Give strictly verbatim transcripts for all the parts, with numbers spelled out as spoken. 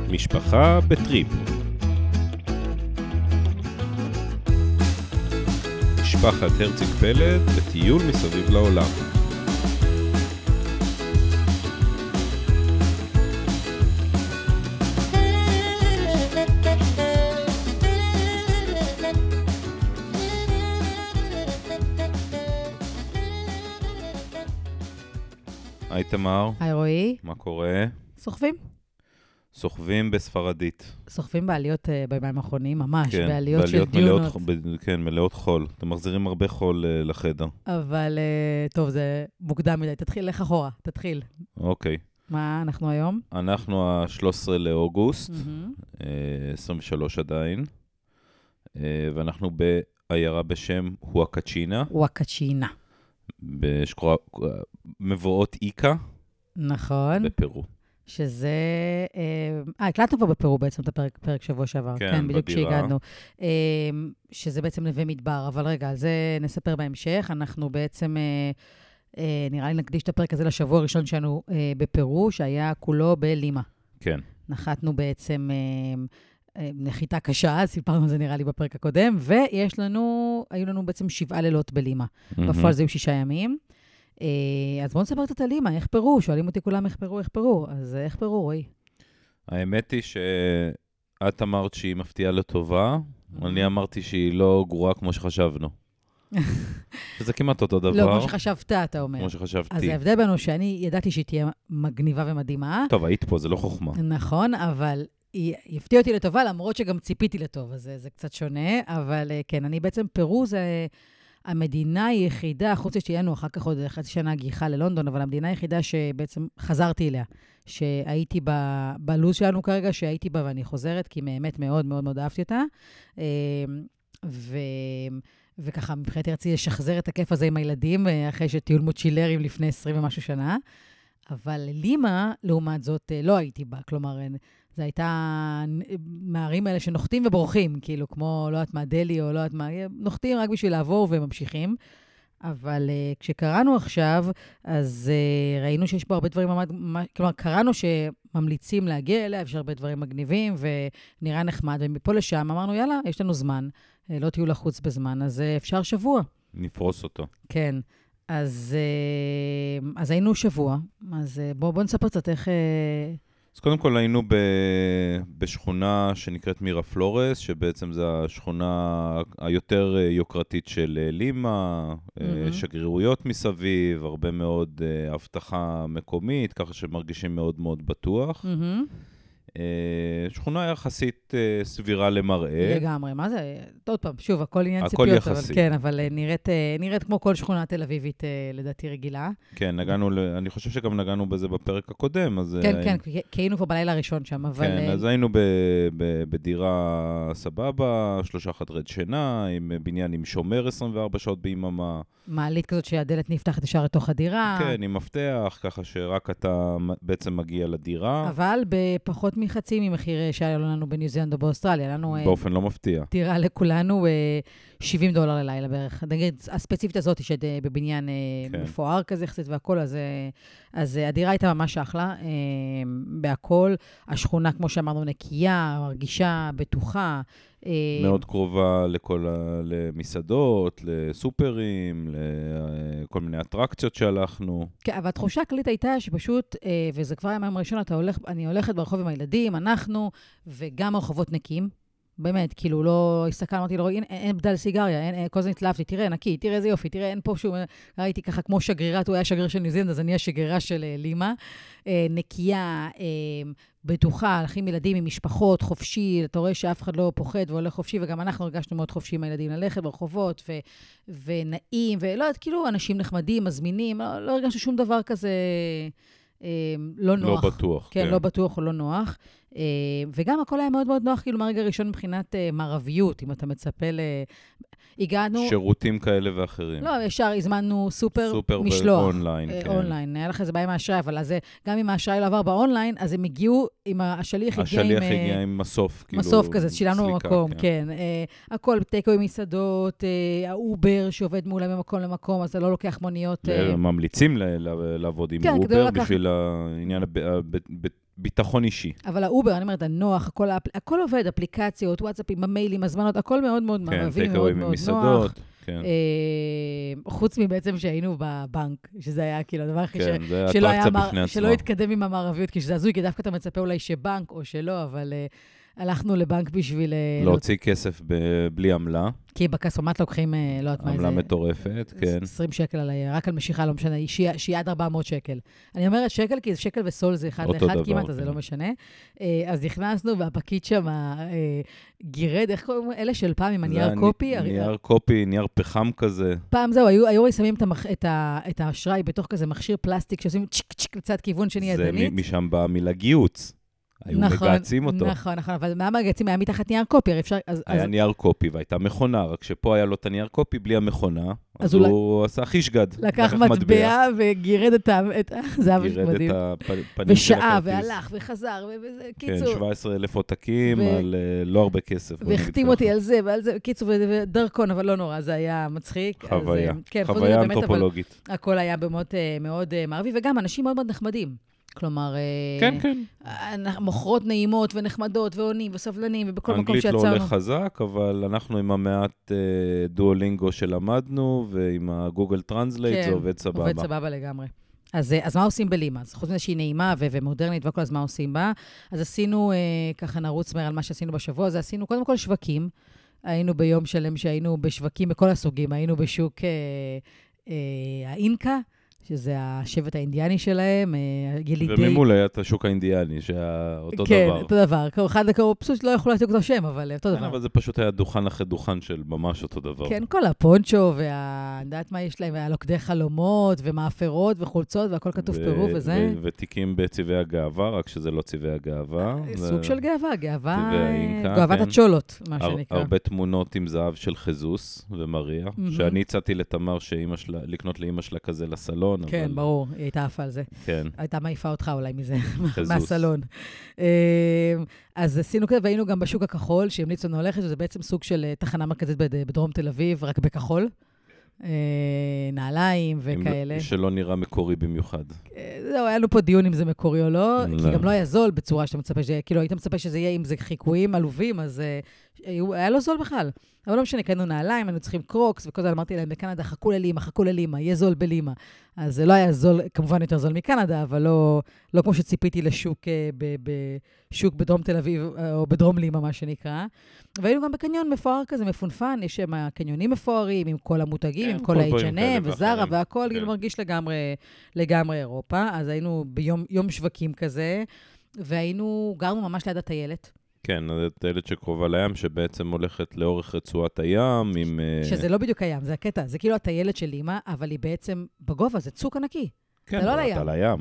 משפחה בטריפ. משפחת הרציג פלד בטיול מסביב לעולם. היי תמר. היי רועי. מה קורה? סוחבים. סוחבים בספרדית. סוחבים בעליות uh, בימים האחרונים, ממש, כן, בעליות, בעליות של דיונות. מלאות, כן, מלאות חול. אתם מחזירים הרבה חול uh, לחדר. אבל uh, טוב, זה מוקדם מדי. תתחיל, לך אחורה, תתחיל. אוקיי. מה אנחנו היום? אנחנו ה-שלושה עשר לאוגוסט, Mm-hmm. uh, עשרים ושלוש עדיין, uh, ואנחנו בעיירה בשם הואקצ'ינה. הואקצ'ינה. בשקורה, מבואות איקה. נכון. בפרו. שזה, אה, הקלטנו כבר בפרו בעצם את הפרק, פרק שבוע שעבר. כן, כן, בדיוק בדירה. שהגענו. אה, שזה בעצם נווה מדבר, אבל רגע, על זה נספר בהמשך. אנחנו בעצם, אה, אה, נראה לי נקדיש את הפרק הזה לשבוע הראשון שלנו אה, בפרו, שהיה כולו בלימה. כן. נחתנו בעצם אה, אה, נחיתה קשה, סיפרנו על זה נראה לי בפרק הקודם, ויש לנו, היו לנו בעצם שבעה לילות בלימה. בפועל זה היו שישה ימים. אז בואו נספר קצת על לימה, איך פרו? שואלים אותי כולם איך פרו, איך פרו. אז איך פרו, רואי? האמת היא שאת אמרת שהיא מפתיעה לטובה, אני אמרתי שהיא לא גרועה כמו שחשבנו. שזה כמעט אותו דבר. לא, כמו שחשבת, אתה אומר. כמו שחשבתי. אז ההבדל בינו שאני ידעתי שהיא תהיה מגניבה ומדהימה. טוב, היית פה, זה לא חוכמה. נכון, אבל היא הפתיעה אותי לטובה, למרות שגם ציפיתי לטוב, אז זה קצת שונה. אבל כן, אני בעצם, פרו זה המדינה היחידה, חוץ שתהיה לנו אחר כך עוד חצי שנה גיחה ללונדון, אבל המדינה היחידה שבעצם חזרתי אליה, שהייתי ב- בלוז שלנו כרגע, שהייתי בה ואני חוזרת, כי באמת מאוד מאוד מאוד אהבתי אותה. ו... וככה מבחינתי רציתי לשחזר את הכיף הזה עם הילדים, אחרי שטיול מוצ'ילרים לפני עשרים ומשהו שנה. אבל לימה, לעומת זאת, לא הייתי בה. כלומר, זה הייתה מהערים האלה שנוחתים ובורחים, כאילו, כמו, לא יודעת מה, דלי או לא יודעת מה, נוחתים רק בשביל לעבור וממשיכים. אבל uh, כשקראנו עכשיו, אז uh, ראינו שיש פה הרבה דברים, כלומר, קראנו שממליצים להגיע אליה, יש הרבה דברים מגניבים, ונראה נחמד, ומפה לשם אמרנו, יאללה, יש לנו זמן, uh, לא תהיו לחוץ בזמן, אז uh, אפשר שבוע. נפרוס אותו. כן, אז, uh, אז היינו שבוע, אז uh, בואו בוא נספר קצת איך... Uh, אז קודם כל היינו ב... בשכונה שנקראת מירה פלורס, שבעצם זו השכונה היותר יוקרתית של לימה, mm-hmm. שגרירויות מסביב, הרבה מאוד הבטחה מקומית, ככה שמרגישים מאוד מאוד בטוח. Mm-hmm. שכונה יחסית סבירה למראה. לגמרי, מה זה? עוד פעם, שוב, הכל עניין הכל ציפיות, יחסי. אבל כן, אבל נראית, נראית כמו כל שכונה תל אביבית, לדעתי רגילה. כן, נגענו, אני חושב שגם נגענו בזה בפרק הקודם, אז... כן, כן, כי היינו פה בלילה הראשון שם, אבל... כן, אז היינו ב, ב, בדירה סבבה, שלושה חדרי שינה, עם בניין עם שומר עשרים וארבע שעות ביממה. מעלית כזאת שהדלת נפתחת ישר לתוך הדירה. כן, עם מפתח, ככה שרק אתה בעצם מגיע לדירה. אבל בפחות מחצי ממחיר שהיה לנו בניו זילנד או באוסטרליה. לנו, באופן לא מפתיע. דירה לכולנו שבעים דולר ללילה בערך. נגיד, הספציפית הזאת שבבניין כן. מפואר כזה יחסית והכל, אז, אז הדירה הייתה ממש אחלה. בהכל, השכונה, כמו שאמרנו, נקייה, מרגישה, בטוחה. מאוד קרובה לכל ה... למסעדות, לסופרים, לכל מיני אטרקציות שהלכנו. כן, אבל התחושה הכללית הייתה שפשוט, וזה כבר היום הראשון, אתה הולך, אני הולכת ברחוב עם הילדים, אנחנו, וגם הרחובות נקיים. באמת, כאילו, לא הסתכל, אמרתי לו, אין, אין בדל סיגריה, אין, כל זה נתלהבתי, תראה, נקי, תראה איזה יופי, תראה, אין פה שום, ראיתי ככה כמו שגרירת, הוא היה שגריר של ניו זילנד, אז אני השגרירה של לימה, נקייה, בטוחה, הולכים ילדים עם משפחות, חופשי, אתה רואה שאף אחד לא פוחד והולך חופשי, וגם אנחנו הרגשנו מאוד חופשי עם הילדים ללכת ברחובות, ו, ונעים, ולא יודעת, כאילו, אנשים נחמדים, מזמינים, לא, לא הרגשנו שום דבר כזה... לא נוח. לא בטוח. כן, לא בטוח או לא נוח. וגם הכל היה מאוד מאוד נוח, כאילו מהרגע הראשון מבחינת מערביות, אם אתה מצפה ל... הגענו... שירותים כאלה ואחרים. לא, ישר הזמנו סופר, סופר משלוח. סופר באונליין, כן. אונליין. היה לך איזה בעיה עם האשראי, אבל אז גם אם האשראי לא עבר באונליין, אז הם הגיעו, עם השליח הגיע עם... השליח הגיע עם מסוף, כאילו... מסוף כזה, שילנו במקום, כן. הכל, טקאווי מסעדות, האובר שעובד מולה ממקום למקום, אז זה לא לוקח מוניות... ממליצים לעבוד עם אובר בשביל העניין ביטחון אישי. אבל האובר, אני אומרת, הנוח, הכל, הכל עובד, אפליקציות, וואטסאפים, המיילים, הזמנות, הכל מאוד מאוד מערבי, מאוד מאוד נוח. כן. חוץ מבעצם שהיינו בבנק, שזה היה כאילו הדבר הכי כן, ש... זה שלא אטרקציה היה... בפני עצמה. שלא התקדם עם המערביות, כי שזה הזוי, כי דווקא אתה מצפה אולי שבנק או שלא, אבל uh, הלכנו לבנק בשביל... Uh, להוציא לא... כסף ב... בלי עמלה. כי בכספומט לוקחים, uh, לא יודעת מה זה... עמלה מטורפת, כן. עשרים שקל עליי, רק על משיכה, לא משנה, שהיא עד ארבע מאות שקל. אני אומרת שקל, כי זה שקל וסול זה אחד לאחד דבר, כמעט, כן. אז זה לא משנה. Uh, אז נכנסנו, והפקיד שם uh, גירד, איך קוראים? אלה של פעם עם הנייר קופי? נייר קופי, נייר פחם כזה. פעם זהו, היו, היו שמים את, המח, את, ה, את האשראי בתוך כזה מכשיר פלסטיק, שעושים צ'יק צ'יק לצד כיוון שני ידנית. זה משם בא מילה גיוץ. היו נכון, מגעצים אותו. נכון, נכון, אבל מה מגעצים? היה מתחת נייר קופי, אפשר... אז, היה אז... נייר קופי, והייתה מכונה, רק שפה היה לו את הנייר קופי בלי המכונה, אז, אז הוא, הוא עשה חישגד. לקח מטבע וגירד את ה... זה היה פשוט מדהים. גירד את הפנים של הכרטיס. ושעה, והלך, וחזר, וזה, קיצור. כן, שבעה עשר אלף עותקים, ו... על לא הרבה כסף. והחתים אותי על זה, ועל זה, קיצור, ודרכון, אבל לא נורא, זה היה מצחיק. חוויה, אז, כן, חוויה אנתרופולוגית. הכל היה מאוד, מאוד מערבי, וגם אנשים מאוד מאוד נחמדים. כלומר, כן, כן. מוכרות נעימות ונחמדות ועונים וסבלנים, ובכל מקום שיצרנו. אנגלית לא הולך חזק, אבל אנחנו עם המעט דואלינגו שלמדנו, ועם הגוגל טרנסלייט זה עובד סבבה. עובד סבבה לגמרי. אז, אז מה עושים בלימה? אז חוץ מזה שהיא נעימה ו- ומודרנית וכל אז מה עושים בה? אז עשינו, אה, ככה נרוץ מהר על מה שעשינו בשבוע, אז עשינו קודם כל שווקים. היינו ביום שלם שהיינו בשווקים בכל הסוגים, היינו בשוק אה, אה, האינקה, שזה השבט האינדיאני שלהם, ילידי... וממול היה את השוק האינדיאני, שהיה אותו כן, דבר. כן, אותו דבר. אחד לקרוא, פשוט לא יכולו לתת אותו שם, אבל אותו דבר. אבל זה פשוט היה דוכן אחרי דוכן של ממש אותו דבר. כן, כל הפונצ'ו, והדעת מה יש להם, והלוקדי חלומות, ומאפרות, וחולצות, והכל כתוב פירו וזה. ותיקים בצבעי הגאווה, רק שזה לא צבעי הגאווה. סוג של גאווה, גאווה... גאוות הצ'ולות, מה שנקרא. הרבה תמונות עם זהב של חזוס ומריה, שאני הצעתי לתמר לקנות לאמא שלה כזה לסלון. כן, ברור, היא הייתה עפה על זה. כן. הייתה מעיפה אותך אולי מזה, מהסלון. אז עשינו כזה, והיינו גם בשוק הכחול, שהמליצו לנו ללכת, שזה בעצם סוג של תחנה מרכזית בדרום תל אביב, רק בכחול. נעליים וכאלה. שלא נראה מקורי במיוחד. זהו, היה לנו פה דיון אם זה מקורי או לא, כי גם לא היה זול בצורה שאתה מצפה, כאילו היית מצפה שזה יהיה, אם זה חיקויים עלובים, אז היה לא זול בכלל. אבל לא משנה, קנו נעליים, היינו צריכים קרוקס, וכל זה אמרתי להם, בקנדה חכו ללימה, חכו ללימה, יהיה זול בלימה. אז זה לא היה זול, כמובן יותר זול מקנדה, אבל לא, לא כמו שציפיתי לשוק, בשוק בדרום תל אביב, או בדרום לימה, מה שנקרא. והיינו גם בקניון מפואר כזה, מפונפן, יש שם קניונים מפוארים, עם כל המותגים, עם כל ה-אייץ' אנד אם וזרה, והכל כאילו מרגיש לגמרי, לגמרי אירופה. אז היינו ביום יום שווקים כזה, והיינו, גרנו ממש ליד הטיילת. כן, הטיילת שקרובה לים, שבעצם הולכת לאורך רצועת הים, עם... שזה לא בדיוק הים, זה הקטע. זה כאילו הטיילת של לימה, אבל היא בעצם בגובה, זה צוק ענקי. כן, אתה על הים.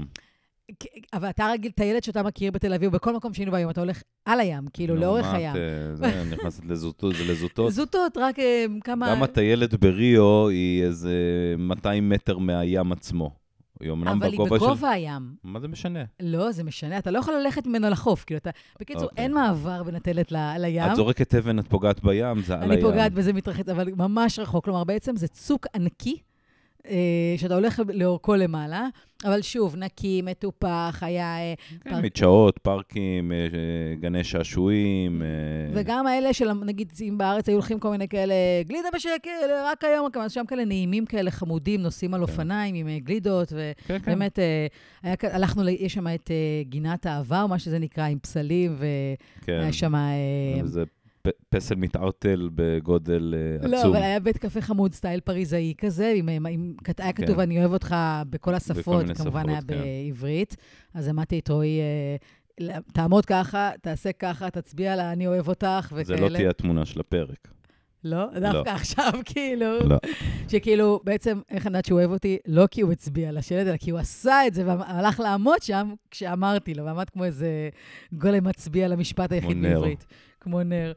אבל אתה רגיל טיילת שאתה מכיר בתל אביב, בכל מקום שהיינו ביום, אתה הולך על הים, כאילו לאורך הים. זה נכנסת לזוטות, זה לזוטות. זוטות, רק כמה... גם הטיילת בריו היא איזה מאתיים מטר מהים עצמו. אבל היא בגובה של... הים. מה זה משנה? לא, זה משנה. אתה לא יכול ללכת ממנו לחוף. כאילו, אתה... בקיצור, okay. אין מעבר בין הטיילת ל... לים. את זורקת אבן, את פוגעת בים, זה על הים. אני פוגעת בזה מתרחץ, אבל ממש רחוק. כלומר, בעצם זה צוק ענקי, שאתה הולך לאורכו למעלה, אבל שוב, נקי, מטופח, היה... כן, מדשאות, פארקים, גני שעשועים. וגם האלה של, נגיד, אם בארץ היו הולכים כל מיני כאלה, גלידה בשקל, רק היום, שם כאלה נעימים כאלה חמודים, נוסעים על אופניים עם גלידות, ובאמת, הלכנו, יש שם את גינת העבר, מה שזה נקרא, עם פסלים, והיה שם... זה פסל מתערטל בגודל עצום. לא, אבל היה בית קפה חמוד סטייל פריזאי כזה, היה כתוב, אני אוהב אותך בכל השפות, כמובן היה בעברית. אז אמרתי את רועי, תעמוד ככה, תעשה ככה, תצביע לה, אני אוהב אותך, וכאלה. זה לא תהיה התמונה של הפרק. לא? דווקא עכשיו, כאילו. לא. שכאילו, בעצם, איך אני יודעת שהוא אוהב אותי? לא כי הוא הצביע לשלט, אלא כי הוא עשה את זה, והלך לעמוד שם כשאמרתי לו, ועמד כמו איזה גולם מצביע למשפט היחיד בעברית. כמו נר.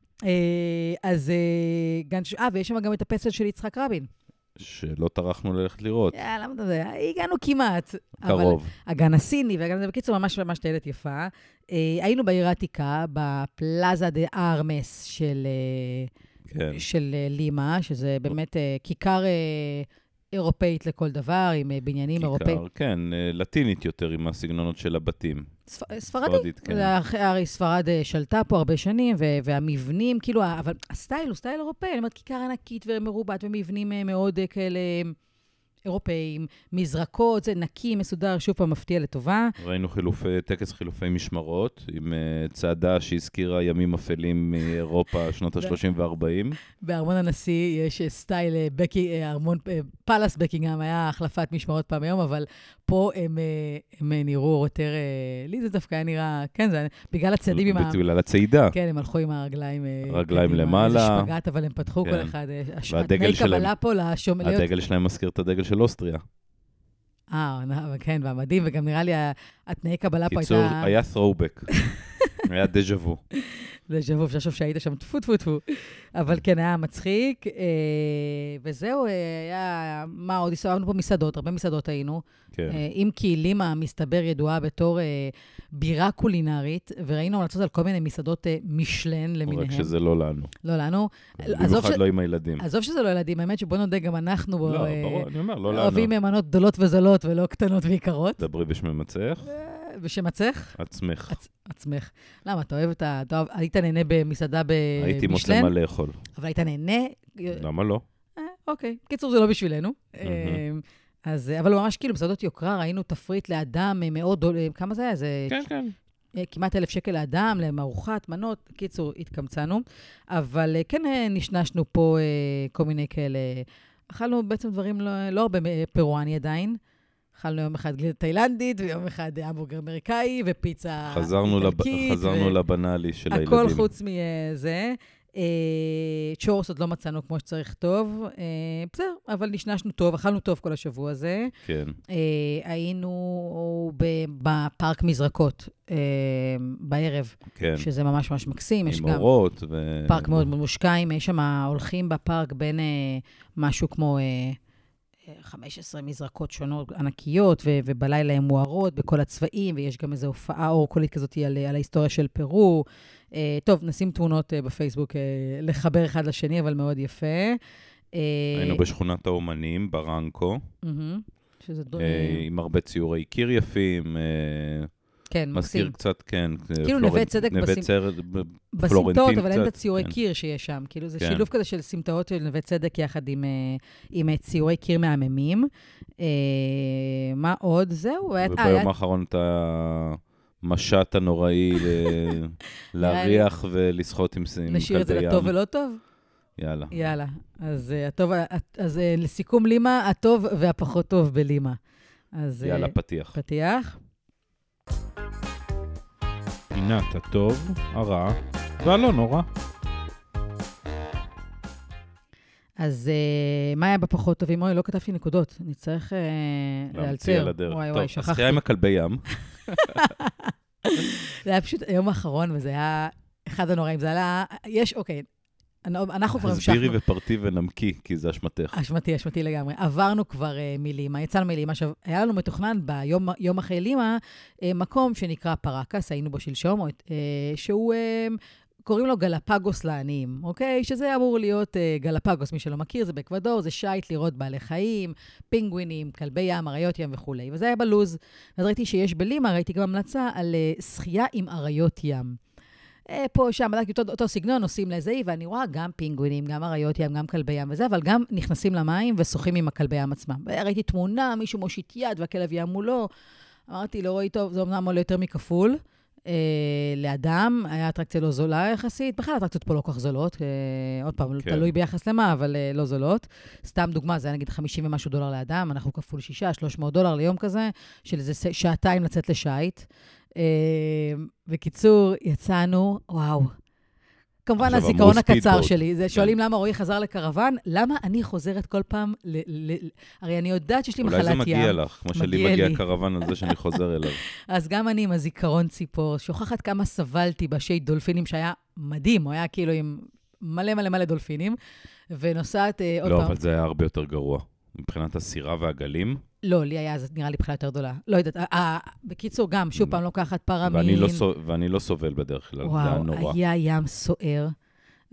אז אה, ויש שם גם את הפסל של יצחק רבין. שלא טרחנו ללכת לראות. למה אתה יודע? הגענו כמעט. קרוב. הגן הסיני, והגן הזה בקיצור ממש ממש טיילת יפה. היינו בעיר העתיקה, בפלאזה דה ארמס של לימה, שזה באמת כיכר אירופאית לכל דבר, עם בניינים אירופאיים. כיכר, כן, לטינית יותר עם הסגנונות של הבתים. ספרדית, ספרדית כן. הרי ספרד שלטה פה הרבה שנים, והמבנים, כאילו, אבל הסטייל הוא סטייל אירופאי, אני אומרת, כיכר ענקית ומרובת, ומבנים מאוד כאלה אירופאים, מזרקות, זה נקי, מסודר, שוב פעם מפתיע לטובה. ראינו חילופי, טקס חילופי משמרות, עם צעדה שהזכירה ימים אפלים מאירופה, שנות ה-שלושים וה-ארבעים. בארמון הנשיא יש סטייל, ארמון, פלס בקינגהאם, היה החלפת משמרות פעם היום, אבל פה הם, הם נראו יותר, לי זה דווקא היה נראה, כן, זה בגלל הצעדים עם ה... בגלל הצעידה. כן, הם הלכו עם הרגליים... רגליים למעלה. איזה שפגת, אבל הם פתחו כל אחד. והדגל שלהם, הדגל שלהם מזכיר את הדגל של אוסטריה. אה, כן, והמדהים, וגם נראה לי, התנאי קבלה פה הייתה... קיצור, היה throwback. היה דז'אבו. דז'אבו, אפשר לחשוב שהיית שם טפו טפו טפו. אבל כן, היה מצחיק. וזהו, היה... מה עוד? הסתובבנו פה מסעדות, הרבה מסעדות היינו. כן. אם כי לימה מסתבר ידועה בתור בירה קולינרית, וראינו המלצות על כל מיני מסעדות משלן למיניהם. רק שזה לא לנו. לא לנו. במיוחד לא עם הילדים. עזוב שזה לא ילדים, האמת שבוא נודה, גם אנחנו בו... לא, ברור, אני אומר, לא לנו. אוהבים מנות גדולות וזולות ולא קטנות ויקרות. דברי בשמצך. בשמצך? עצמך. עצמך. למה, אתה אוהב את ה... אתה היית נהנה במסעדה במשלן? הייתי מוצא מה לאכול. אבל היית נהנה? למה לא? אוקיי. קיצור, זה לא בשבילנו. אז, אבל ממש כאילו, מסעדות יוקרה, ראינו תפריט לאדם מאוד דול... כמה זה היה? זה... כן, כן. כמעט אלף שקל לאדם, למארוחת, מנות. קיצור, התקמצנו. אבל כן נשנשנו פה כל מיני כאלה... אכלנו בעצם דברים לא, לא הרבה פירואני עדיין. אכלנו יום אחד גלידה תאילנדית, ויום אחד המבורגר אמריקאי, ופיצה חזרנו איטלקית. לב... חזרנו ו... לבנאלי של הילדים. הכל חוץ מזה. צ'ורס עוד לא מצאנו כמו שצריך טוב. בסדר, אבל נשנשנו טוב, אכלנו טוב כל השבוע הזה. כן. היינו בפארק מזרקות בערב, כן. שזה ממש ממש מקסים. עם אורות. ו... פארק מאוד מושקעים, יש שם הולכים בפארק בין משהו כמו... חמש עשרה מזרקות שונות ענקיות, ו- ובלילה הן מוארות בכל הצבעים, ויש גם איזו הופעה אורקולית כזאת על, על ההיסטוריה של פרו. Uh, טוב, נשים תמונות uh, בפייסבוק uh, לחבר אחד לשני, אבל מאוד יפה. Uh, היינו בשכונת האומנים, ברנקו. Uh-huh, שזה דו... uh, עם הרבה ציורי קיר יפים. Uh, כן, מזכיר מקסים. קצת, כן. כאילו פלורנ... נווה צדק נווה בסמ... צר... בסמטאות, אבל אין את הציורי כן. קיר שיש שם. כאילו זה כן. שילוב כזה של סמטאות של נווה צדק יחד עם, עם ציורי קיר מהממים. מה עוד? זהו. וביום היה... האחרון את המשט הנוראי להריח ולשחות עם כלבי ים. נשאיר את זה לטוב ולא טוב? יאללה. יאללה. אז, הטוב, אז לסיכום לימה, הטוב והפחות טוב בלימה. אז, יאללה, פתיח. פתיח. פינת הטוב, הרע והלא נורא. אז uh, מה היה בפחות טובים? אוי, לא כתבתי נקודות. אני צריך uh, לאלתר. להמציא על הדרך. וואי, טוב, וואי, שכחתי. השחייה עם הכלבי ים. זה היה פשוט היום האחרון, וזה היה אחד הנוראים. זה היה... יש, אוקיי. אנחנו כבר המשכנו... הסבירי ופרטי ונמקי, כי זה אשמתך. אשמתי, אשמתי לגמרי. עברנו כבר uh, מלימה, יצאנו מלימה. עכשיו, היה לנו מתוכנן ביום יום אחרי לימה, uh, מקום שנקרא פרקס, היינו בו שלשום, uh, שהוא... Uh, קוראים לו גלפגוס לעניים, אוקיי? שזה אמור להיות uh, גלפגוס, מי שלא מכיר, זה באקוודור, זה שייט לראות בעלי חיים, פינגווינים, כלבי ים, אריות ים וכו'. וזה היה בלוז. אז ראיתי שיש בלימה, ראיתי גם המלצה על uh, שחייה עם אריות ים. Uh, פה, שם, בדקתי אותו, אותו סגנון, נוסעים לזה, ואני רואה גם פינגווינים, גם אריות ים, גם כלבי ים וזה, אבל גם נכנסים למים ושוחים עם הכלבי ים עצמם. ראיתי תמונה, מישהו מושיט יד והכלב ים מולו. אמרתי, לא ראי טוב, זה אומנם עולה יותר מכפול. Uh, לאדם, היה אטרקציה לא זולה יחסית, בכלל אטרקציות פה לא כל כך זולות, uh, עוד פעם, כן. תלוי ביחס למה, אבל uh, לא זולות. סתם דוגמה, זה היה נגיד חמישים ומשהו דולר לאדם, אנחנו כפול שישה, שלוש מאות דולר ליום כזה, של איזה שעתיים לצאת לשייט. Uh, בקיצור, יצאנו, וואו. כמובן, הזיכרון הקצר שלי, זה שואלים למה רועי חזר לקרוון, למה אני חוזרת כל פעם, הרי אני יודעת שיש לי מחלת ים. אולי זה מגיע לך, כמו שלי מגיע קרוון על זה שאני חוזר אליו. אז גם אני עם הזיכרון ציפור, שוכחת כמה סבלתי בשי דולפינים, שהיה מדהים, הוא היה כאילו עם מלא מלא מלא דולפינים, ונוסעת עוד פעם. לא, אבל זה היה הרבה יותר גרוע. מבחינת הסירה והגלים. לא, לי היה, זה נראה לי בכלל יותר גדולה. לא יודעת, בקיצור גם, שוב פעם לוקחת פרמין. ואני לא סובל בדרך כלל, זה היה נורא. וואו, היה ים סוער.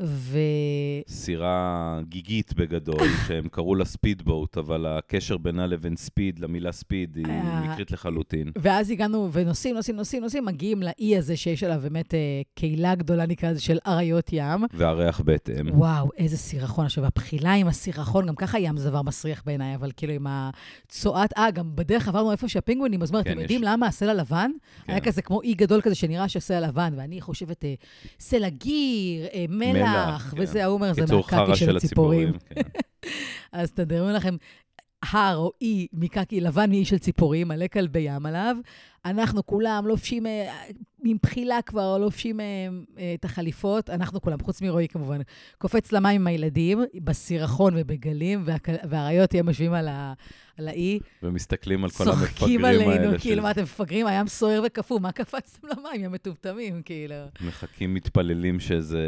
ו... סירה גיגית בגדול, שהם קראו לה ספידבוט, אבל הקשר בינה לבין ספיד, למילה ספיד, היא מקרית לחלוטין. ואז הגענו ונוסעים, נוסעים, נוסעים, נוסעים, מגיעים לאי הזה שיש עליו באמת קהילה גדולה, נקרא לזה, של אריות ים. והריח בהתאם. וואו, איזה סירחון. עכשיו, הבחילה עם הסירחון, גם ככה ים זה דבר מסריח בעיניי, אבל כאילו עם הצועת, אה, גם בדרך עברנו איפה שהפינגווינים, אז אומרת, אתם יודעים למה הסלע לבן? היה כזה כמו אי גדול כזה שנראה שהסלע לבן, ואני חושבת, סלע גיר, מלח, וזה, הוא אומר, זה מהקקי של הציפורים. אז תדעו לכם, הר או אי מקקי לבן מאי של ציפורים, מלא כלבי ים עליו. אנחנו כולם לובשים, עם בחילה כבר, לובשים את החליפות. אנחנו כולם, חוץ מרועי כמובן, קופץ למים עם הילדים, בסירחון ובגלים, והאריות ים משווים על ה... על האי. ומסתכלים על כל המפגרים האלה. צוחקים עלינו, כאילו, מה אתם מפגרים? הים סוער וקפוא, מה קפצתם למים? הם מטומטמים, כאילו. מחכים, מתפללים שאיזה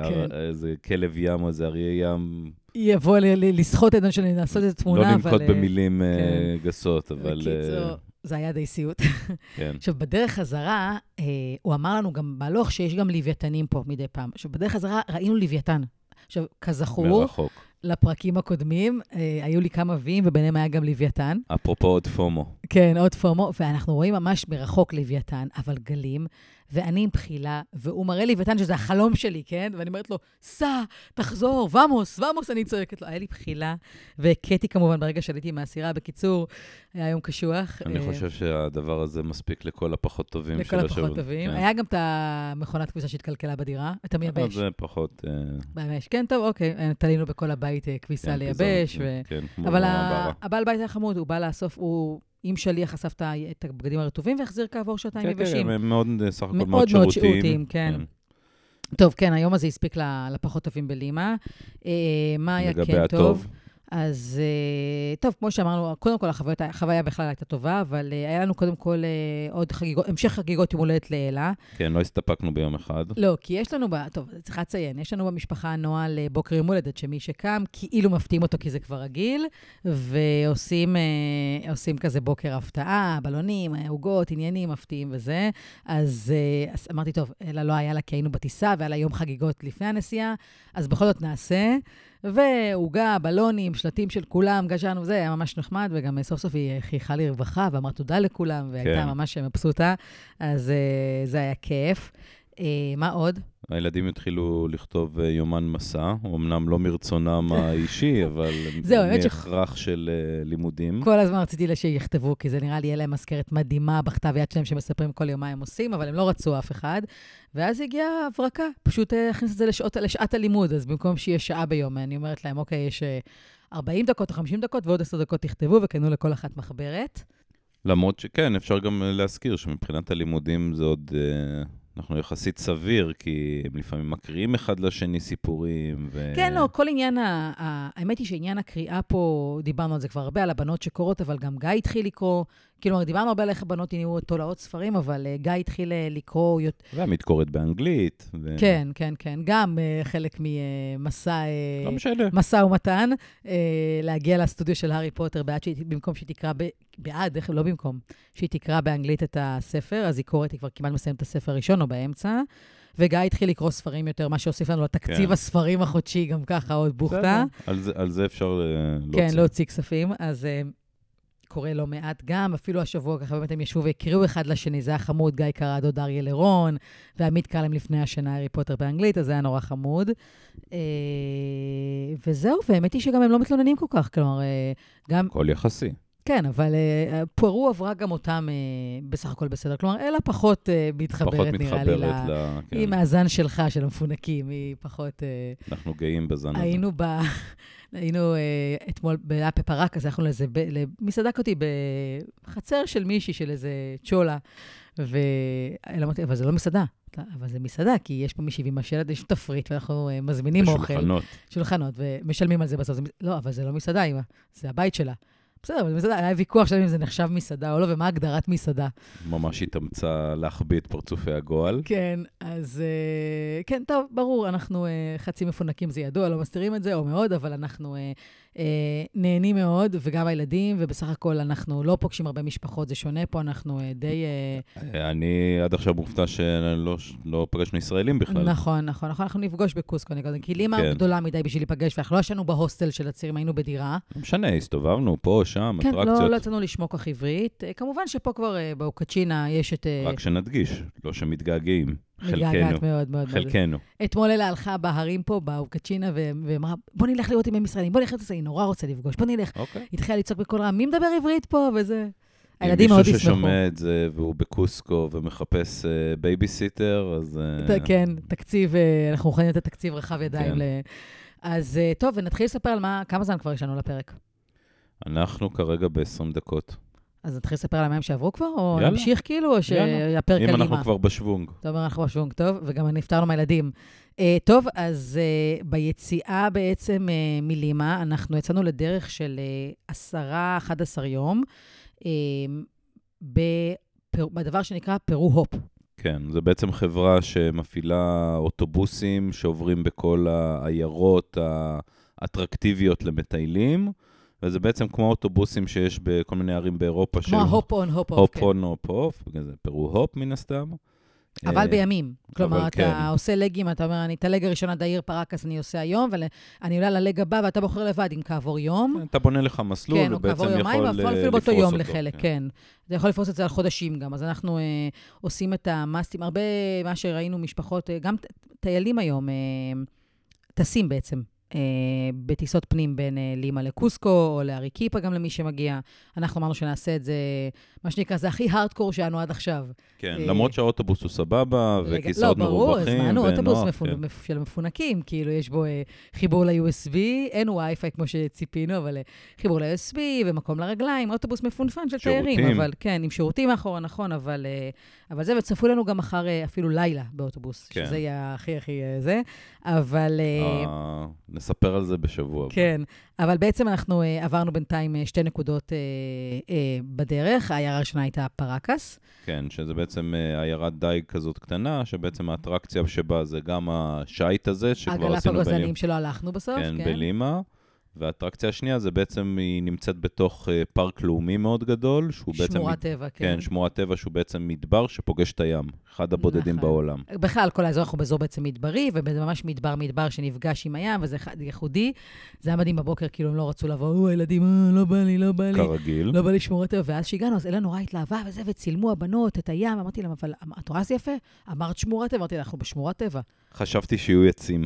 כלב ים או איזה אריה ים... יבוא לסחוט את זה, לעשות איזו תמונה, אבל... לא לנקוט במילים גסות, אבל... זה היה די סיוט. עכשיו, בדרך חזרה, הוא אמר לנו גם בהלוך שיש גם לוויתנים פה מדי פעם. עכשיו, בדרך חזרה ראינו לוויתן. עכשיו, כזכור... מרחוק. לפרקים הקודמים, אה, היו לי כמה ויים, וביניהם היה גם לוויתן. אפרופו עוד פומו. כן, עוד פומו, ואנחנו רואים ממש מרחוק לוויתן, אבל גלים, ואני עם בחילה, והוא מראה לוויתן שזה החלום שלי, כן? ואני אומרת לו, סע, תחזור, ומוס, ומוס, אני צועקת לו. היה לי בחילה, והקטי כמובן ברגע שעליתי מהסירה. בקיצור, היה יום קשוח. אני חושב שהדבר הזה מספיק לכל הפחות טובים. לכל הפחות טובים. היה גם את המכונת כביסה שהתקלקלה בדירה, את המייבש. זה פחות... ביבש. כן, טוב, אוקיי. תלינו בכל הבית כביסה לייבש. אבל הבעל בית היה חמוד, הוא בא לאסוף, הוא... עם שליח אסף את הבגדים הרטובים, והחזיר כעבור שעתיים יבשים. כן, כן, הם מאוד, סך הכל מאוד שירותיים. מאוד שירותיים, כן. טוב, כן, היום הזה הספיק לפחות טובים בלימה. מה היה כן טוב? אז טוב, כמו שאמרנו, קודם כל החוויה בכלל הייתה טובה, אבל היה לנו קודם כל עוד חגיגות, המשך חגיגות יום הולדת לאלה. כן, לא הסתפקנו ביום אחד. לא, כי יש לנו, טוב, צריכה לציין, יש לנו במשפחה נוהל בוקר יום הולדת, שמי שקם, כאילו מפתיעים אותו כי זה כבר רגיל, ועושים עושים כזה בוקר הפתעה, בלונים, עוגות, עניינים, מפתיעים וזה. אז, אז אמרתי, טוב, אלא לא היה לה, כי היינו בטיסה, והיה לה יום חגיגות לפני הנסיעה, אז בכל זאת נעשה. והוגה, בלונים, שלטים של כולם, גשרנו, זה היה ממש נחמד, וגם סוף סוף היא חייכה לי רווחה, ואמרה תודה לכולם, והייתה כן. ממש מבסוטה, אז uh, זה היה כיף. Uh, מה עוד? הילדים התחילו לכתוב יומן מסע, אמנם לא מרצונם האישי, אבל מהכרח ש... של uh, לימודים. כל הזמן רציתי שיכתבו, כי זה נראה לי, יהיה להם מזכרת מדהימה בכתב יד שלהם, שמספרים כל יום מה הם עושים, אבל הם לא רצו אף אחד. ואז הגיעה הברקה, פשוט הכניס את זה לשעות, לשעת הלימוד, אז במקום שיהיה שעה ביום, אני אומרת להם, אוקיי, יש ארבעים דקות או חמישים דקות, ועוד עשר דקות תכתבו, וקנו לכל אחת מחברת. למרות שכן, אפשר גם להזכיר שמבחינת הלימודים זה עוד... אנחנו יחסית סביר, כי הם לפעמים מקריאים אחד לשני סיפורים. ו... כן, לא, כל עניין, ה... האמת היא שעניין הקריאה פה, דיברנו על זה כבר הרבה, על הבנות שקורות, אבל גם גיא התחיל לקרוא, כאילו, דיברנו הרבה על איך הבנות יהיו תולעות ספרים, אבל גיא התחיל לקרוא... והמתקורת באנגלית. ו... כן, כן, כן. גם uh, חלק ממסע... לא משנה. מסע ומתן, uh, להגיע לסטודיו של הארי פוטר, בעד שהיא, במקום שהיא תקרא... ב... בעד, איך, לא במקום, שהיא תקרא באנגלית את הספר, אז היא קוראת, היא כבר כמעט מסיימת את הספר הראשון או באמצע, וגיא התחיל לקרוא ספרים יותר, מה שהוסיף לנו לתקציב כן. הספרים החודשי, גם ככה עוד בוכתה. על זה, על זה אפשר להוציא. כן, להוציא כספים, אז uh, קורא לא מעט גם, אפילו השבוע ככה באמת הם ישבו והקריאו אחד לשני, זה היה חמוד, גיא קרא דוד אריה לרון, ועמית קרא להם לפני השנה הארי פוטר באנגלית, אז זה היה נורא חמוד. Uh, וזהו, והאמת היא שגם הם לא מתלוננים כל כך, כלומר, uh, גם... כל יחסי. כן, אבל uh, פרו עברה גם אותם uh, בסך הכל בסדר. כלומר, אלא פחות uh, מתחברת, פחות נראה לי, ל... ל... כן. היא מהזן שלך, של המפונקים, היא פחות... Uh, אנחנו גאים בזן הזה. היינו ב... היינו uh, אתמול באפה פרק, אז הלכנו לזה, ב... מי סדק אותי? בחצר של מישהי, של איזה צ'ולה, ואמרתי, אבל זה לא מסעדה. אבל זה מסעדה, כי יש פה מישהי ועם השלט, יש תפריט, ואנחנו uh, מזמינים אוכל. בשולחנות. שולחנות, ומשלמים על זה בסוף. לא, אבל זה לא מסעדה, אמא. זה הבית שלה. בסדר, אבל מסעדה, היה ויכוח שלנו אם זה נחשב מסעדה או לא, ומה הגדרת מסעדה. ממש התאמצה להחביא את פרצופי הגועל. כן, אז כן, טוב, ברור, אנחנו חצי מפונקים, זה ידוע, לא מסתירים את זה, או מאוד, אבל אנחנו נהנים מאוד, וגם הילדים, ובסך הכל אנחנו לא פוגשים הרבה משפחות, זה שונה פה, אנחנו די... אני עד עכשיו מופתע שלא פגשנו ישראלים בכלל. נכון, נכון, נכון, אנחנו נפגוש בקוסקו, כי לימה גדולה מדי בשביל להיפגש, ואנחנו לא ישנו בהוסטל של הצעירים, היינו בדירה. לא משנה, הסתובבנו פה, שם, כן, אטרקציות. לא, לא יצאנו לשמוע כך עברית. כמובן שפה כבר באוקצ'ינה יש את... רק שנדגיש, לא שמתגעגעים. מתגעגעת מאוד, מאוד. חלקנו. אתמול אלה הלכה בהרים פה, באוקצ'ינה, ואמרה, בוא נלך לראות אם הם ישראלים, בוא נלך לראות, היא נורא רוצה לפגוש, בוא נלך. התחילה לצעוק בכל רם, מי מדבר עברית פה? וזה... הילדים מאוד ישמחו. מישהו ששומע את זה, והוא בקוסקו ומחפש בייביסיטר, אז... כן, תקציב, אנחנו מוכנים לתת תקציב רחב ידיים. אז טוב, ונתחיל לספר על מה, כמה זמן כבר יש לנו לפרק. אנחנו כרגע ב-עשרים דקות. אז נתחיל לספר על המים שעברו כבר, או נמשיך כאילו, או שהפרק קלימה? אם אנחנו כבר בשוונג. טוב, אנחנו בשוונג, טוב, וגם נפטרנו מהילדים. טוב, אז ביציאה בעצם מלימה, אנחנו יצאנו לדרך של עשרה, אחד עשר יום, בדבר שנקרא פרו הופ. כן, זה בעצם חברה שמפעילה אוטובוסים שעוברים בכל העיירות האטרקטיביות למטיילים, וזה בעצם כמו אוטובוסים שיש בכל מיני ערים באירופה. כמו הופ און, הופ אוף. הופ און, הופ אוף, בגלל זה פרו הופ מן הסתם. אבל בימים. כלומר, אתה עושה לגים, אתה אומר, אני את הלג הראשון עד העיר פרקס אני עושה היום, ואני עולה ללג הבא, ואתה בוחר לבד אם כעבור יום. אתה בונה לך מסלול, ובעצם יכול לפרוס אותו. כן, אפילו באותו יום לחלק, כן. אתה יכול לפרוס את זה על חודשים גם. אז אנחנו עושים את המאסטים, הרבה מה שראינו משפחות, גם טיילים היום, טסים בעצם. בטיסות פנים בין לימה לקוסקו, או לאריקיפה גם למי שמגיע. אנחנו אמרנו שנעשה את זה, מה שנקרא, זה הכי הארדקור שלנו עד עכשיו. כן, למרות שהאוטובוס הוא סבבה, וכיסאות מרווחים. לא, ברור, הזמנו אוטובוס של מפונקים, כאילו יש בו חיבור ל-יו אס בי, אין וי-פיי כמו שציפינו, אבל חיבור ל-יו אס בי ומקום לרגליים, אוטובוס מפונפן של תיירים, אבל כן, עם שירותים מאחורה, נכון, אבל זה, וצפו לנו גם מחר אפילו לילה באוטובוס, שזה יהיה הכי הכי זה, אבל... נספר על זה בשבוע. כן, אבל בעצם אנחנו עברנו בינתיים שתי נקודות בדרך. העיירה הראשונה הייתה פרקס. כן, שזה בעצם עיירת דייג כזאת קטנה, שבעצם האטרקציה שבה זה גם השייט הזה, שכבר עשינו בלימה. הגלפגוסנים שלא הלכנו בסוף, כן. כן, בלימה. והאטרקציה השנייה זה בעצם, היא נמצאת בתוך פארק לאומי מאוד גדול, שהוא בעצם... שמורת טבע, כן. כן, שמורת טבע, שהוא בעצם מדבר שפוגש את הים. אחד הבודדים בעולם. בכלל, כל האזור אנחנו באזור בעצם מדברי, וממש מדבר מדבר שנפגש עם הים, וזה ייחודי. זה היה מדהים בבוקר, כאילו הם לא רצו לבוא, או, הילדים, לא בא לי, לא בא לי. כרגיל. לא בא לי שמורת טבע. ואז שהגענו, אז אלה נורא התלהבה, וזה, וצילמו הבנות את הים. אמרתי להם, אבל את רואה זה יפה? אמרת שמורת טבע, אמרתי, אנחנו בשמורת טבע. חשבתי שיהיו יצים.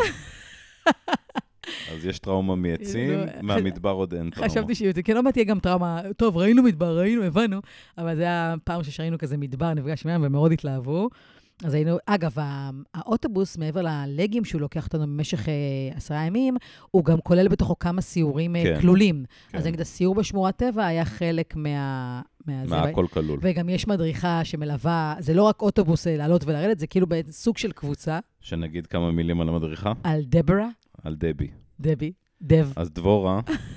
אז יש טראומה מעצים, מהמדבר עוד אין טראומה. חשבתי שיהיו, כן, לא תהיה גם טראומה, טוב, ראינו מדבר, ראינו, הבנו, אבל זה היה פעם שראינו כזה מדבר, נפגש מהם, ומאוד התלהבו. אז היינו, אגב, האוטובוס, מעבר ללגים שהוא לוקח אותנו במשך עשרה ימים, הוא גם כולל בתוכו כמה סיורים כלולים. אז נגיד, הסיור בשמורת טבע היה חלק מה... מהכל כלול. וגם יש מדריכה שמלווה, זה לא רק אוטובוס לעלות ולרדת, זה כאילו בסוג של קבוצה. שנגיד כמה מילים על המדריכה? על דברה. על דבי. דבי, דב. אז דבורה,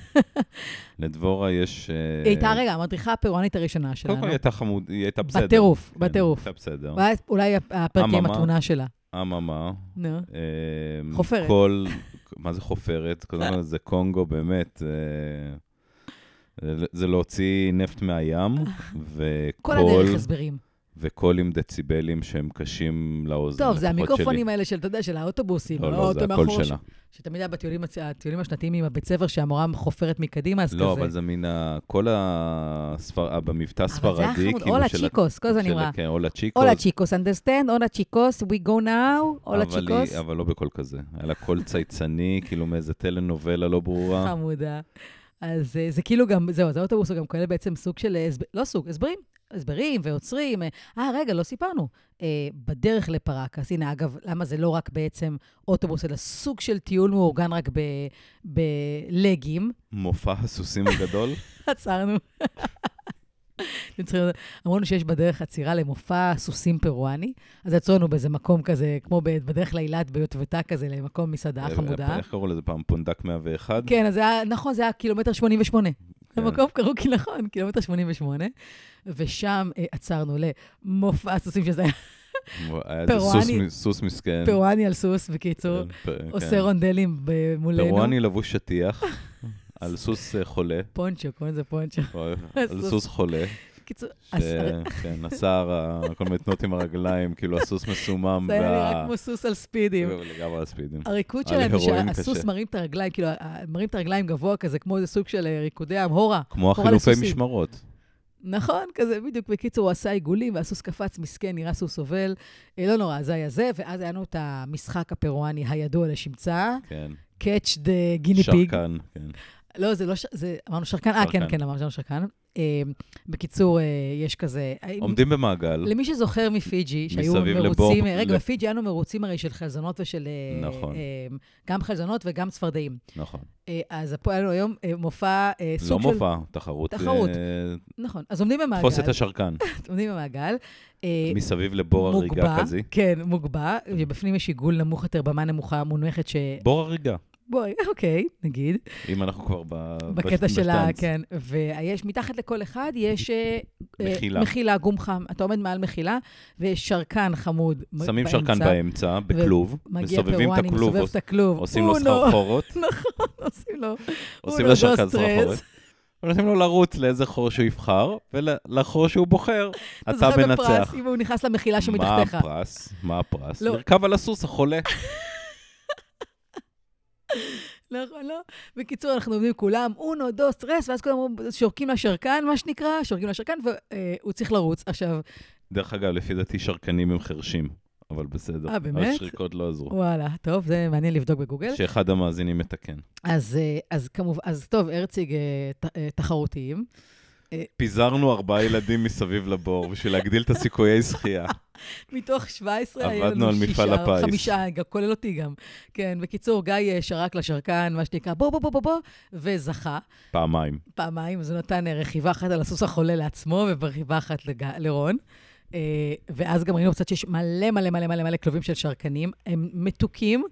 לדבורה יש... היא הייתה, רגע, המדריכה הפרואנית הראשונה שלנו. קודם כל היא הייתה חמוד, היא הייתה בסדר. בטירוף, בטירוף. הייתה בסדר. אולי הפרק עם התמונה שלה. אממה. נו. חופרת. כל, מה זה חופרת? קודם כל זה קונגו, באמת. זה להוציא נפט מהים, וכל... כל הדרך הסברים. וכל עם דציבלים שהם קשים לאוזן. טוב, זה המיקרופונים האלה של, אתה יודע, של האוטובוסים. לא, לא, זה הכל שלה. שתמיד היה בטיולים השנתיים עם הבית ספר, שהמורה חופרת מקדימה, אז כזה. לא, אבל זה מן כל הספר... במבטא הספרדי. אבל זה החמוד, אולה צ'יקוס, כל זה נמרה. כן, אולה צ'יקוס. אולה צ'יקוס, understand? אולה צ'יקוס, we go now, אולה צ'יקוס. אבל לא בכל כזה. היה לה קול צייצני, כאילו מאיזה טלנובלה לא ברורה. חמודה. אז זה כאילו גם, זהו, זה האוטובוס הוא גם כאלה בעצם סוג של, לא סוג, הסברים. הסברים ועוצרים. אה, רגע, לא סיפרנו. אה, בדרך לפרקס, הנה, אגב, למה זה לא רק בעצם אוטובוס, אלא סוג של טיול מאורגן רק ב- בלגים. מופע הסוסים הגדול. עצרנו. אמרנו שיש בדרך עצירה למופע סוסים פרואני, אז עצרנו באיזה מקום כזה, כמו בדרך לאילת ביוטבתה כזה, למקום מסעדה חמודה. איך קראו לזה פעם? פונדק מאה ואחת? כן, אז נכון, זה היה קילומטר שמונים ושמונה. המקום קראו כי נכון, קילומטר שמונים ושמונה, ושם עצרנו למופע סוסים שזה היה פרואני, סוס מסכן. פרואני על סוס, בקיצור, עושה רונדלים מולנו. פרואני לבוש שטיח. על סוס חולה. פונצ'ו, קוראים לזה פונצ'ו. על סוס חולה. קיצור, כן, השר, כל מיני תנות עם הרגליים, כאילו הסוס מסומם. זה היה נראה כמו סוס על ספידים. לגמרי על ספידים. הריקוד שלהם זה שהסוס מרים את הרגליים, כאילו, מרים את הרגליים גבוה כזה, כמו איזה סוג של ריקודי עם, הורה. כמו החילופי משמרות. נכון, כזה, בדיוק. בקיצור, הוא עשה עיגולים, והסוס קפץ מסכן, נראה סוס סובל. לא נורא, זה היה זה, ואז היה לנו את המשחק הפרואני הידוע לשמצה. כן. Catch the guinea pig. שרקן, כן. לא, זה לא, זה, אמרנו שרקן, אה, כן, כן, אמרנו שרקן. בקיצור, יש כזה... עומדים במעגל. למי שזוכר מפיג'י, שהיו מרוצים... רגע, בפיג'י היינו מרוצים הרי של חלזונות ושל... נכון. גם חלזונות וגם צפרדעים. נכון. אז פה היה לנו היום מופע סוג של... לא מופע, תחרות. תחרות, נכון. אז עומדים במעגל. תפוס את השרקן. עומדים במעגל. מסביב לבור הריגה כזה. כן, מוגבע, ובפנים יש עיגול נמוך יותר, במה נמוכה מונחת ש... בור הריגה. בואי, אוקיי, נגיד. אם אנחנו כבר בקטע שלה, כן. ויש, מתחת לכל אחד, יש מחילה. מחילה, גום חם. אתה עומד מעל מחילה, ויש שרקן חמוד באמצע. שמים שרקן באמצע, בכלוב, מסובבים את הכלוב, מסובב את הכלוב. עושים לו סחרחורות. נכון, עושים לו. עושים לו שרקן סחרחורות. ונותנים לו לרוץ לאיזה חור שהוא יבחר, ולחור שהוא בוחר, אתה מנצח. אם הוא נכנס למחילה שמתחתיך. מה הפרס? מה הפרס? לרכב על הסוס החולה. נכון, לא? בקיצור, אנחנו עומדים כולם, אונו, דוס, טרס, ואז כולם שורקים לשרקן, מה שנקרא, שורקים לשרקן, והוא צריך לרוץ. עכשיו... דרך אגב, לפי דעתי שרקנים הם חרשים, אבל בסדר. אה, באמת? השריקות לא עזרו. וואלה, טוב, זה מעניין לבדוק בגוגל. שאחד המאזינים מתקן. אז, אז כמובן, אז טוב, הרציג תחרותיים. פיזרנו ארבעה ילדים מסביב לבור, בשביל להגדיל את הסיכויי זכייה. מתוך שבע עשרה, עבדנו על מפעל הפיס. חמישה, כולל אותי גם. כן, בקיצור, גיא שרק לשרקן, מה שנקרא, בוא, בוא, בוא, בוא, בוא, וזכה. פעמיים. פעמיים, אז הוא נתן רכיבה אחת על הסוס החולה לעצמו, ורכיבה אחת לג... לרון. ואז גם ראינו קצת שיש מלא, מלא, מלא, מלא, מלא כלובים של שרקנים. הם מתוקים,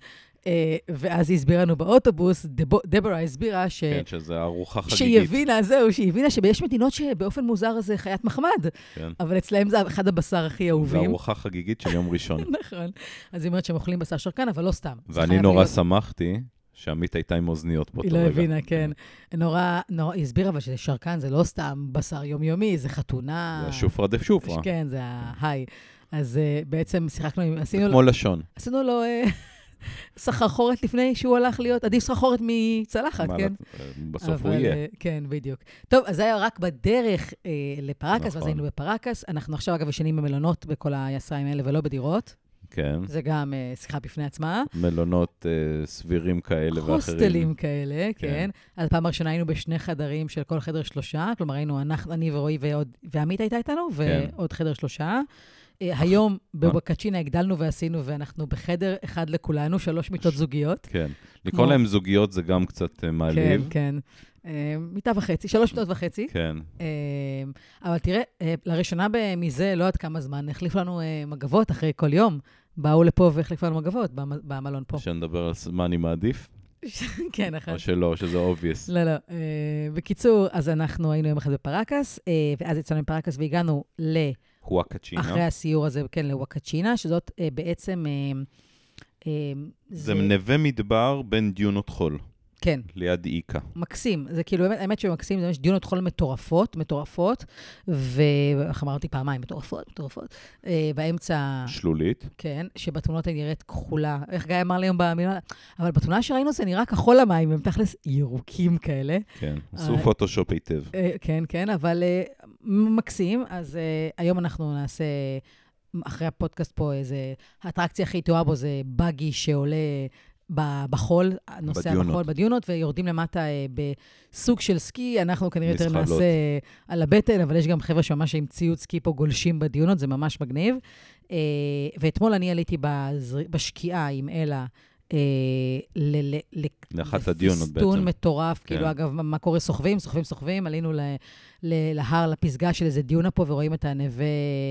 ואז היא הסבירה לנו באוטובוס, דבורה הסבירה ש... כן, שזה ארוחה חגיגית. שהיא הבינה, זהו, שהיא הבינה שיש מדינות שבאופן מוזר זה חיית מחמד, כן. אבל אצלהם זה אחד הבשר הכי אהובים. זה ארוחה חגיגית של יום ראשון. נכון. אז היא אומרת שהם אוכלים בשר שרקן, אבל לא סתם. ואני נורא להיות... שמחתי שעמית הייתה עם אוזניות באותו רגע. היא לא הבינה, כן. נורא, נורא, היא הסבירה, אבל ששרקן זה לא סתם בשר יומיומי, זה חתונה. זה השופרה דף שופרה. כן, זה ההיי. אז בעצם שיחקנו עם... זה כמו לשון. עשינו לו... סחרחורת לפני שהוא הלך להיות, עדיף סחרחורת מצלחת, כן? בסוף הוא יהיה. כן, בדיוק. טוב, אז זה היה רק בדרך לפרקס, ואז היינו בפרקס. אנחנו עכשיו, אגב, ישנים במלונות בכל היסיים האלה, ולא בדירות. כן. זה גם שיחה בפני עצמה. מלונות סבירים כאלה ואחרים. הוסטלים כאלה, כן. אז פעם הראשונה היינו בשני חדרים של כל חדר שלושה, כלומר, היינו אני ורועי ועמית הייתה איתנו, ועוד חדר שלושה. היום בווקצ'ינה הגדלנו ועשינו, ואנחנו בחדר אחד לכולנו, שלוש מיטות זוגיות. כן. לקרוא להם זוגיות זה גם קצת מעליב. כן, כן. מיטה וחצי, שלוש מיטות וחצי. כן. אבל תראה, לראשונה מזה, לא עד כמה זמן, החליף לנו מגבות אחרי כל יום. באו לפה והחליפו לנו מגבות במלון פה. שנדבר על מה אני מעדיף? כן, נכון. או שלא, שזה obvious. לא, לא. בקיצור, אז אנחנו היינו יום אחד בפרקס, ואז יצאנו בפרקס והגענו ל... ווקצ'ינה. אחרי הסיור הזה, כן, לווקצ'ינה, שזאת אה, בעצם... אה, אה, זה, זה נווה מדבר בין דיונות חול. כן. ליד איקה. מקסים. זה כאילו, באמת, האמת שמקסים, זה ממש דיונות חול מטורפות, מטורפות, ואיך אמרתי פעמיים, מטורפות, מטורפות. אה, באמצע... שלולית. כן, שבתמונות היא נראית כחולה. איך גיא אמר לי היום במילה? אבל בתמונה שראינו זה נראה כחול המים, הם תכלס ירוקים כאלה. כן, עשו פוטושופ היטב. אה, כן, כן, אבל אה, מקסים. אז אה, היום אנחנו נעשה... אחרי הפודקאסט פה, איזה... האטרקציה הכי טובה בו זה בגי שעולה... בחול, נוסע בדיונות. בחול, בדיונות, ויורדים למטה אה, בסוג של סקי, אנחנו כנראה יותר נעשה אה, על הבטן, אבל יש גם חבר'ה שממש עם ציוד סקי פה גולשים בדיונות, זה ממש מגניב. אה, ואתמול אני עליתי בזר... בשקיעה עם אלה, אה, ל... ל... לאחת הדיונות בעצם. לפסטון מטורף, כן. כאילו, אגב, מה קורה? סוחבים, סוחבים, סוחבים, עלינו ל... ל... להר, לפסגה של איזה דיונה פה, ורואים את הנווה...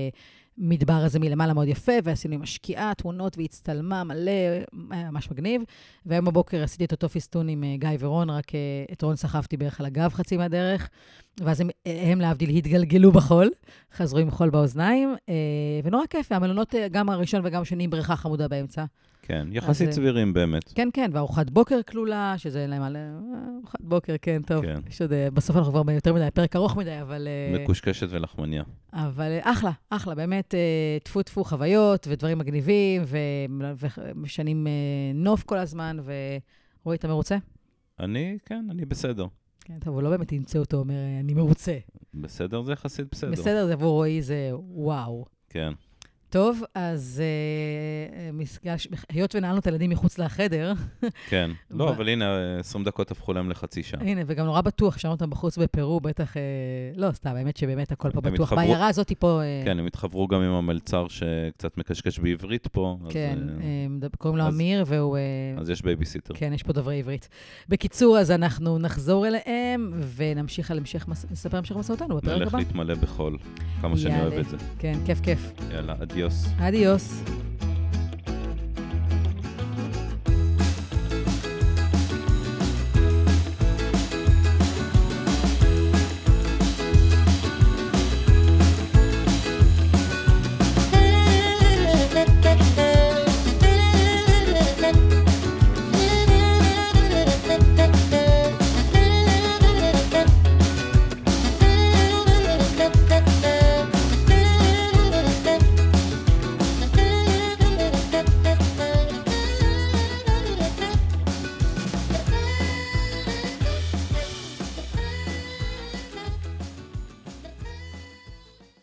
מדבר הזה מלמעלה מאוד יפה, ועשינו עם השקיעה, תמונות, והצטלמה מלא, ממש מגניב. והיום בבוקר עשיתי את אותו פיסטון עם גיא ורון, רק את רון סחבתי בערך על הגב חצי מהדרך, ואז הם, הם להבדיל התגלגלו בחול, חזרו עם חול באוזניים, ונורא כיף, המלונות גם הראשון וגם השני עם בריכה חמודה באמצע. כן, יחסית אז, סבירים באמת. כן, כן, וארוחת בוקר כלולה, שזה להם על... ארוחת בוקר, כן, טוב. כן. יש עוד, בסוף אנחנו כבר יותר מדי, פרק ארוך מדי, אבל... מקושקשת ולחמניה. אבל אחלה, אחלה, באמת, תפו תפו חוויות ודברים מגניבים, ומשנים נוף כל הזמן, ורואי, אתה מרוצה? אני, כן, אני בסדר. כן, טוב, הוא לא באמת ימצא אותו, אומר, אני מרוצה. בסדר זה יחסית בסדר. בסדר, זה עבור רואי, זה וואו. כן. טוב, אז היות ונעלנו את הילדים מחוץ לחדר. כן, לא, אבל הנה, עשרים דקות הפכו להם לחצי שעה. הנה, וגם נורא בטוח, שמענו אותם בחוץ בפרו, בטח, לא, סתם, האמת שבאמת הכל פה בטוח. בעיירה הזאת פה... כן, הם התחברו גם עם המלצר שקצת מקשקש בעברית פה. כן, קוראים לו אמיר, והוא... אז יש בייביסיטר. כן, יש פה דוברי עברית. בקיצור, אז אנחנו נחזור אליהם, ונמשיך על המשך, נספר המשך מסעותינו בפרק הבא. נלך להתמלא בחול, כמה שאני אוהב את זה. כן, כיף, כיף. יאללה, אדיוס. אדיוס.